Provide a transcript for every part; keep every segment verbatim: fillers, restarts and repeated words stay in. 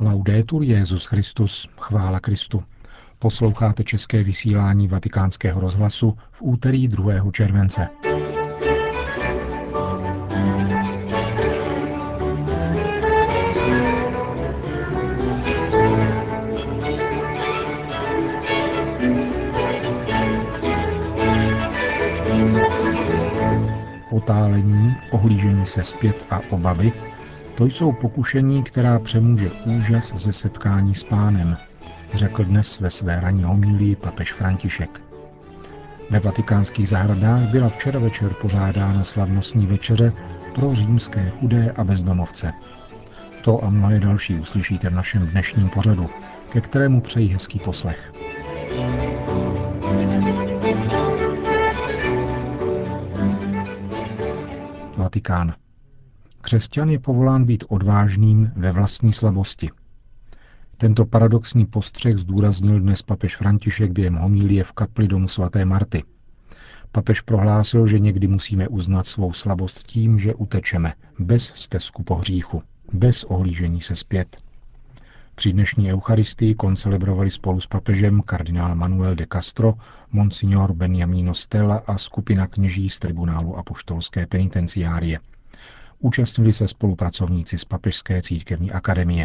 Laudetur Jesus Christus, chvála Kristu. Posloucháte české vysílání Vatikánského rozhlasu v úterý druhého července. Otálení, ohlížení se zpět a obavy, to jsou pokušení, která přemůže úžas ze setkání s Pánem, řekl dnes ve své ranní homílii papež František. Ve vatikánských zahradách byla včera večer pořádána slavnostní večeře pro římské chudé a bezdomovce. To a mnohé další uslyšíte v našem dnešním pořadu, ke kterému přeji hezký poslech. Vatikán. Křesťan je povolán být odvážným ve vlastní slabosti. Tento paradoxní postřeh zdůraznil dnes papež František během homilie v kapli domu svaté Marty. Papež prohlásil, že někdy musíme uznat svou slabost tím, že utečeme, bez stesku po hříchu, bez ohlížení se zpět. Při dnešní eucharistii koncelebrovali spolu s papežem kardinál Manuel de Castro, monsignor Beniamino Stella a skupina kněží z tribunálu apoštolské penitenciárie. Účastnili se spolupracovníci z Papežské církevní akademie.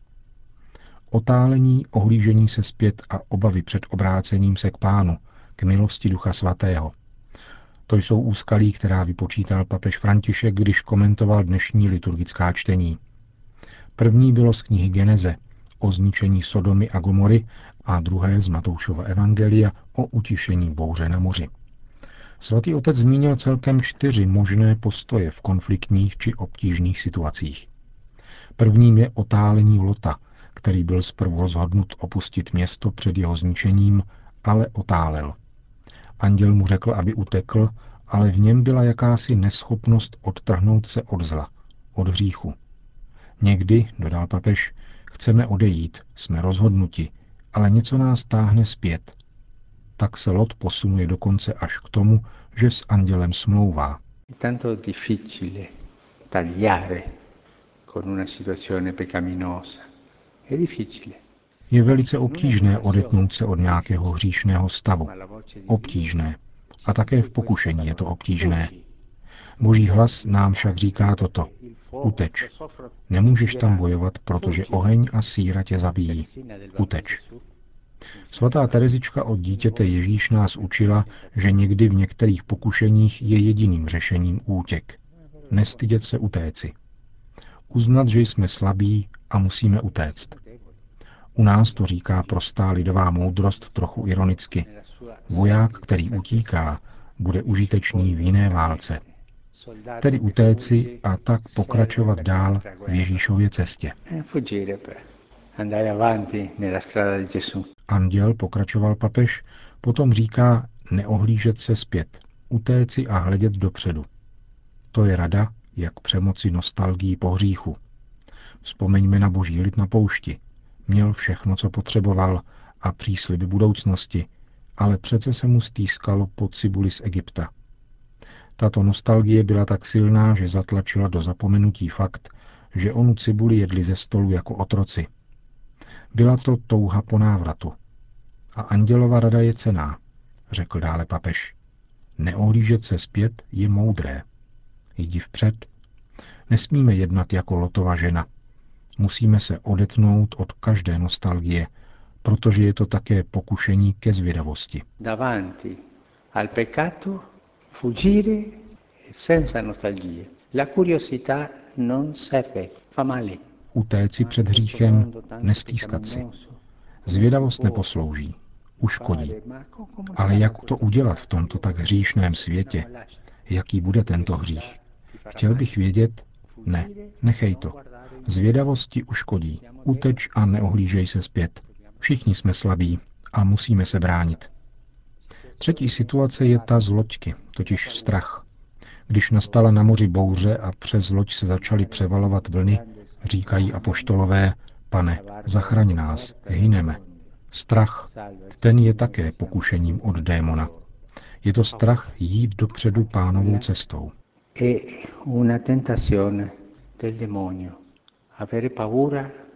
Otálení, ohlížení se zpět a obavy před obrácením se k Pánu, k milosti Ducha Svatého. To jsou úskalí, která vypočítal papež František, když komentoval dnešní liturgická čtení. První bylo z knihy Geneze o zničení Sodomy a Gomory a druhé z Matoušova evangelia o utišení bouře na moři. Svatý otec zmínil celkem čtyři možné postoje v konfliktních či obtížných situacích. Prvním je otálení Lota, který byl zprvu rozhodnut opustit město před jeho zničením, ale otálel. Anděl mu řekl, aby utekl, ale v něm byla jakási neschopnost odtrhnout se od zla, od hříchu. Někdy, dodal papež, chceme odejít, jsme rozhodnuti, ale něco nás táhne zpět. Tak se Lot posunuje dokonce až k tomu, že s andělem smlouvá. Tanto difficile tagliare con una situazione peccaminosa. È difficile. Je velice obtížné odetnout se od nějakého hříšného stavu. Obtížné. A také v pokušení je to obtížné. Boží hlas nám však říká toto. Uteč. Nemůžeš tam bojovat, protože oheň a síra tě zabijí. Uteč. Svatá Terezička od dítěte Ježíš nás učila, že někdy v některých pokušeních je jediným řešením útěk. Nestydět se utéci. Uznat, že jsme slabí a musíme utéct. U nás to říká prostá lidová moudrost trochu ironicky. Voják, který utíká, bude užitečný v jiné válce. Tedy utéci a tak pokračovat dál v Ježíšově cestě. Anděl, pokračoval papež, potom říká neohlížet se zpět, utéci a hledět dopředu. To je rada, jak přemoci nostalgii po hříchu. Vzpomeňme na boží lid na poušti. Měl všechno, co potřeboval a přísliby budoucnosti, ale přece se mu stýskalo po cibuli z Egypta. Tato nostalgie byla tak silná, že zatlačila do zapomenutí fakt, že onu cibuli jedli ze stolu jako otroci. Byla to touha po návratu. A andělova rada je cenná, řekl dále papež. Neohlížet se zpět je moudré. Jdi vpřed. Nesmíme jednat jako Lotova žena. Musíme se odetnout od každé nostalgie, protože je to také pokušení ke zvědavosti. Davanti al peccato fuggire senza nostalgie. La curiosità non serve, fa male. Utéci před hříchem, nestýskat si. Zvědavost neposlouží, uškodí. Ale jak to udělat v tomto tak hříšném světě? Jaký bude tento hřích? Chtěl bych vědět? Ne, nechej to. Zvědavosti uškodí. Uteč a neohlížej se zpět. Všichni jsme slabí a musíme se bránit. Třetí situace je ta z loďky, totiž strach. Když nastala na moři bouře a přes loď se začaly převalovat vlny, říkají apoštolové, Pane, zachraň nás, hyneme. Strach, ten je také pokušením od démona. Je to strach jít dopředu Pánovou cestou. È una tentazione del demonio. Avere paura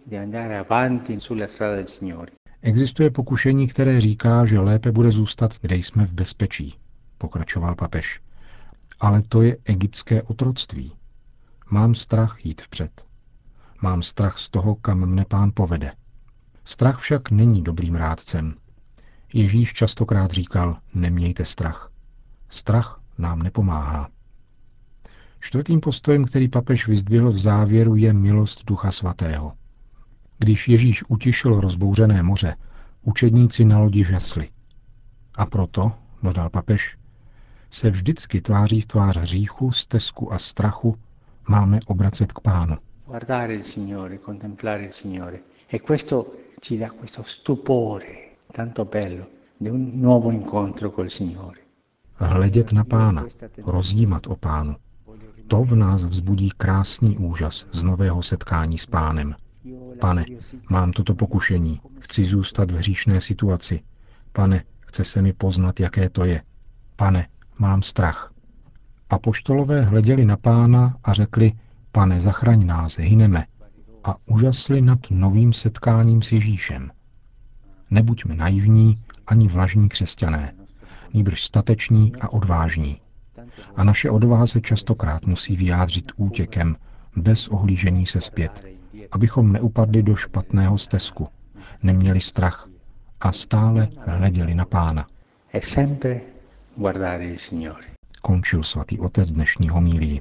di andare avanti sulla strada del Signore. Existuje pokušení, které říká, že lépe bude zůstat, kde jsme v bezpečí, pokračoval papež. Ale to je egyptské otroctví. Mám strach jít vpřed. Mám strach z toho, kam mne Pán povede. Strach však není dobrým rádcem. Ježíš častokrát říkal, nemějte strach. Strach nám nepomáhá. Čtvrtým postojem, který papež vyzdvihl v závěru, je milost Ducha Svatého. Když Ježíš utišil rozbouřené moře, učedníci na lodi žasli. A proto, dodal papež, se vždycky tváří v tvář hříchu, stesku a strachu máme obracet k Pánu. Guardare il Signore, contemplare il Signore. E questo ci dà questo stupore tanto bello di un nuovo incontro col Signore. Hledět na Pána, rozjímat o Pánu. To v nás vzbudí krásný úžas z nového setkání s Pánem. Pane, mám toto pokušení, chci zůstat v hříšné situaci. Pane, chce se mi poznat, jaké to je. Pane, mám strach. Apoštolové hleděli na Pána a řekli, Pane, zachraň nás, hyneme. A úžasli nad novým setkáním s Ježíšem. Nebuďme naivní ani vlažní křesťané, nýbrž stateční a odvážní. A naše odvaha se častokrát musí vyjádřit útěkem, bez ohlížení se zpět, abychom neupadli do špatného stezku, neměli strach a stále hleděli na Pána. E sempre guardare il Signore. Končil svatý otec dnešní homílii.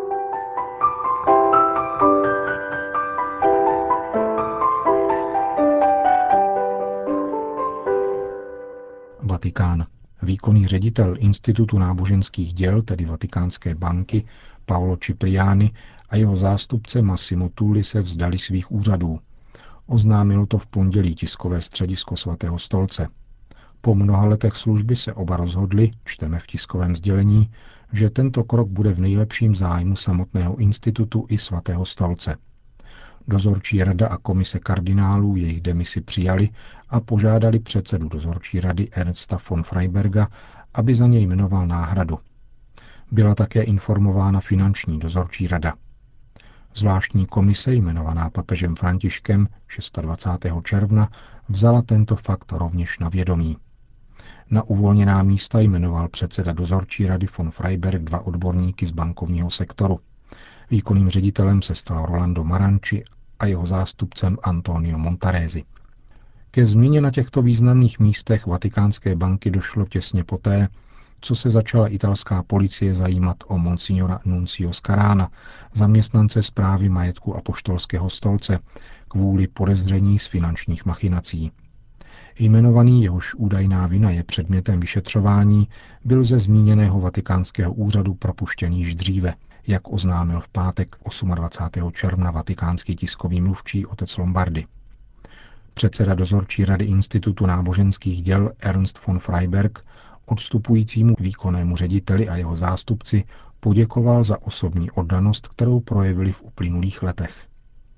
Vatikán. Výkonný ředitel Institutu náboženských děl, tedy Vatikánské banky, Paolo Cipriani a jeho zástupce Massimo Tulli se vzdali svých úřadů. Oznámilo to v pondělí tiskové středisko Svatého stolce. Po mnoha letech služby se oba rozhodli, čteme v tiskovém sdělení, že tento krok bude v nejlepším zájmu samotného institutu i Svatého stolce. Dozorčí rada a komise kardinálů jejich demisi přijali a požádali předsedu dozorčí rady Ernsta von Freiberga, aby za něj jmenoval náhradu. Byla také informována finanční dozorčí rada. Zvláštní komise jmenovaná papežem Františkem dvacátého šestého června vzala tento fakt rovněž na vědomí. Na uvolněná místa jmenoval předseda dozorčí rady von Freiberg dva odborníky z bankovního sektoru. Výkonným ředitelem se stal Rolando Maranci a jeho zástupcem Antonio Montaresi. Ke změně na těchto významných místech Vatikánské banky došlo těsně poté, co se začala italská policie zajímat o monsignora Nunzio Scarana, zaměstnance správy majetku apoštolského stolce, kvůli podezření z finančních machinací. Jmenovaný, jehož údajná vina je předmětem vyšetřování, byl ze zmíněného vatikánského úřadu propuštěn již dříve, jak oznámil v pátek dvacátého osmého června vatikánský tiskový mluvčí otec Lombardi. Předseda dozorčí rady Institutu náboženských děl Ernst von Freiberg odstupujícímu výkonnému řediteli a jeho zástupci poděkoval za osobní oddanost, kterou projevili v uplynulých letech.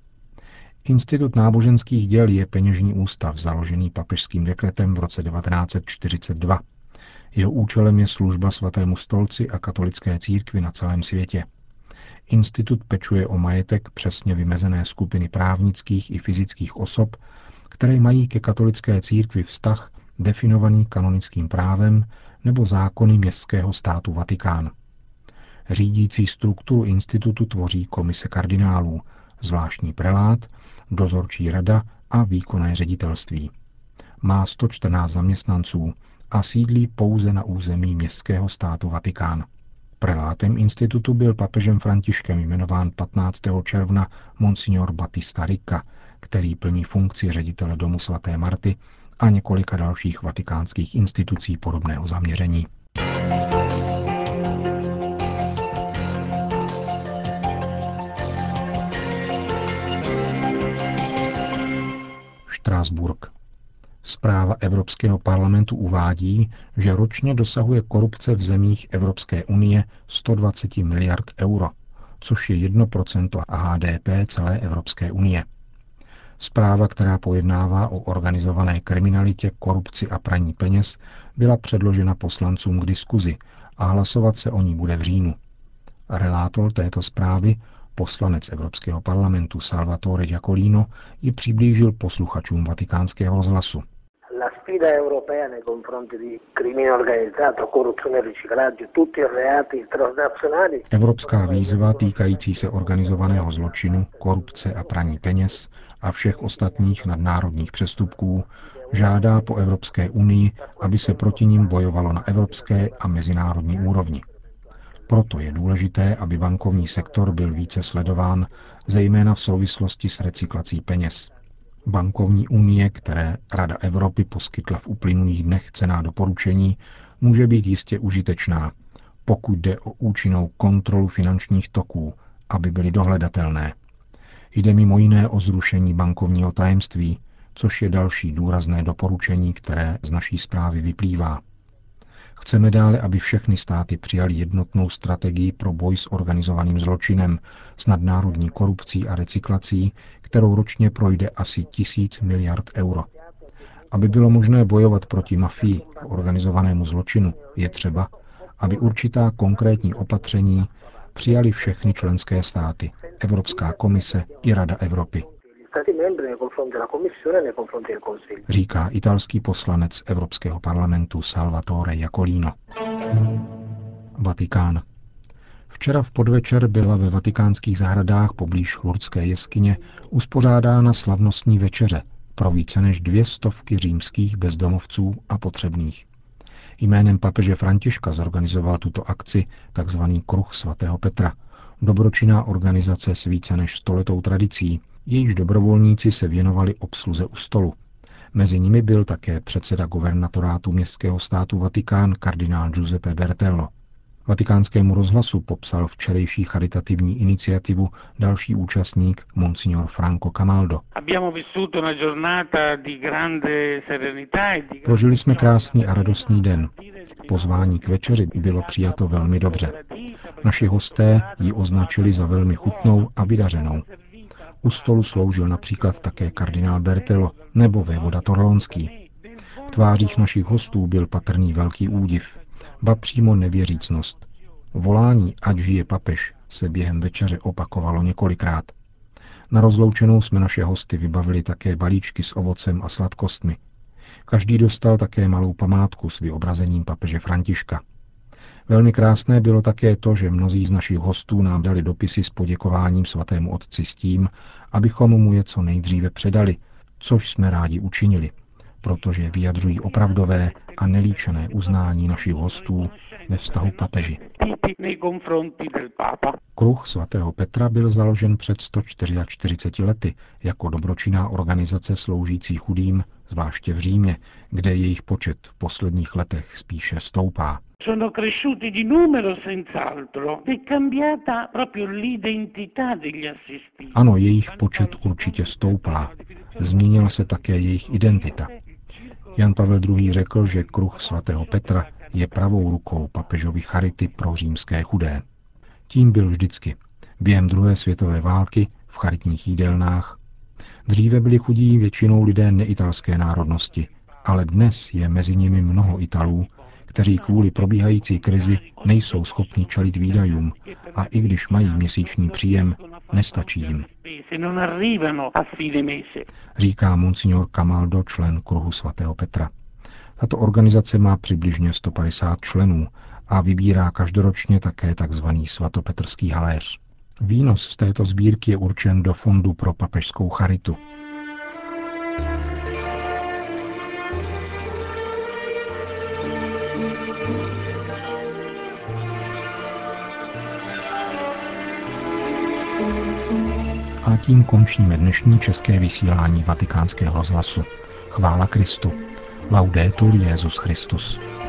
Institut náboženských děl je peněžní ústav založený papežským dekretem v roce devatenáct set čtyřicet dva. Jeho účelem je služba Svatému stolci a katolické církvi na celém světě. Institut pečuje o majetek přesně vymezené skupiny právnických i fyzických osob, které mají ke katolické církvi vztah definovaný kanonickým právem nebo zákony městského státu Vatikán. Řídící strukturu institutu tvoří komise kardinálů, zvláštní prelát, dozorčí rada a výkonné ředitelství. Má sto čtrnáct zaměstnanců a sídlí pouze na území městského státu Vatikán. Prelátem institutu byl papežem Františkem jmenován patnáctého června monsignor Battista Ricca, který plní funkci ředitele domu svaté Marty a několika dalších vatikánských institucí podobného zaměření. Štrasburk. Zpráva Evropského parlamentu uvádí, že ročně dosahuje korupce v zemích Evropské unie sto dvacet miliard euro, což je jedno procento H D P celé Evropské unie. Zpráva, která pojednává o organizované kriminalitě, korupci a praní peněz, byla předložena poslancům k diskuzi a hlasovat se o ní bude v říjnu. Relátor této zprávy, Poslanec Evropského parlamentu Salvatore Iacolino ji přiblížil posluchačům Vatikánského rozhlasu. La sfida europea nei confronti di crimine organizzato, corruzione e riciclaggio, tutti i reati transnazionali. Evropská výzva týkající se organizovaného zločinu, korupce a praní peněz a všech ostatních nadnárodních přestupků žádá po Evropské unii, aby se proti nim bojovalo na evropské a mezinárodní úrovni. Proto je důležité, aby bankovní sektor byl více sledován, zejména v souvislosti s recyklací peněz. Bankovní unie, které Rada Evropy poskytla v uplynulých dnech cenná doporučení, může být jistě užitečná, pokud jde o účinnou kontrolu finančních toků, aby byly dohledatelné. Jde mimo jiné o zrušení bankovního tajemství, což je další důrazné doporučení, které z naší zprávy vyplývá. Chceme dále, aby všechny státy přijali jednotnou strategii pro boj s organizovaným zločinem, s nadnárodní korupcí a recyklací, kterou ročně projde asi tisíc miliard euro. Aby bylo možné bojovat proti mafii a organizovanému zločinu, je třeba, aby určitá konkrétní opatření přijali všechny členské státy, Evropská komise i Rada Evropy, říká italský poslanec Evropského parlamentu Salvatore Iacolino. Vatikán. Včera v podvečer byla ve vatikánských zahradách poblíž Lurdské jeskyně uspořádána slavnostní večeře pro více než dvě stovky římských bezdomovců a potřebných. Jménem papeže Františka zorganizoval tuto akci tzv. Kruh svatého Petra, dobročinná organizace s více než stoletou tradicí, jejíž dobrovolníci se věnovali obsluze u stolu. Mezi nimi byl také předseda guvernatorátu městského státu Vatikán kardinál Giuseppe Bertello. Vatikánskému rozhlasu popsal včerejší charitativní iniciativu další účastník, monsignor Franco Camaldo. Prožili jsme krásný a radostný den. Pozvání k večeři bylo přijato velmi dobře. Naši hosté ji označili za velmi chutnou a vydařenou. U stolu sloužil například také kardinál Bertello nebo vévoda Torlonský. V tvářích našich hostů byl patrný velký údiv, ba přímo nevěřícnost. Volání ať žije papež se během večeře opakovalo několikrát. Na rozloučenou jsme naše hosty vybavili také balíčky s ovocem a sladkostmi. Každý dostal také malou památku s vyobrazením papeže Františka. Velmi krásné bylo také to, že mnozí z našich hostů nám dali dopisy s poděkováním svatému otci s tím, abychom mu je co nejdříve předali, což jsme rádi učinili, protože vyjadřují opravdové a nelíčené uznání našich hostů ve vztahu papeži. Kruh svatého Petra byl založen před sto čtyřiceti čtyři lety jako dobročinná organizace sloužící chudým, zvláště v Římě, kde jejich počet v posledních letech spíše stoupá. Sono cresciuti di numero senz'altro, è cambiata proprio l'identità degli assistiti. Ano, jejich počet určitě stoupá. Změnila se také jejich identita. Jan Pavel druhý. řekl, že kruh svatého Petra je pravou rukou papežovy charity pro římské chudé. Tím byl vždycky. Během druhé světové války, v charitních jídelnách. Dříve byli chudí většinou lidé neitalské národnosti, ale dnes je mezi nimi mnoho Italů, kteří kvůli probíhající krizi nejsou schopni čelit výdajům a i když mají měsíční příjem, nestačí jim. Říká monsignor Camaldo, člen Kruhu svatého Petra. Tato organizace má přibližně sto padesát členů a vybírá každoročně také tzv. Svatopetrský haléř. Výnos z této sbírky je určen do Fondu pro papežskou charitu. A tím končíme dnešní české vysílání Vatikánského rozhlasu. Chvála Kristu. Laudetur Jesus Christus.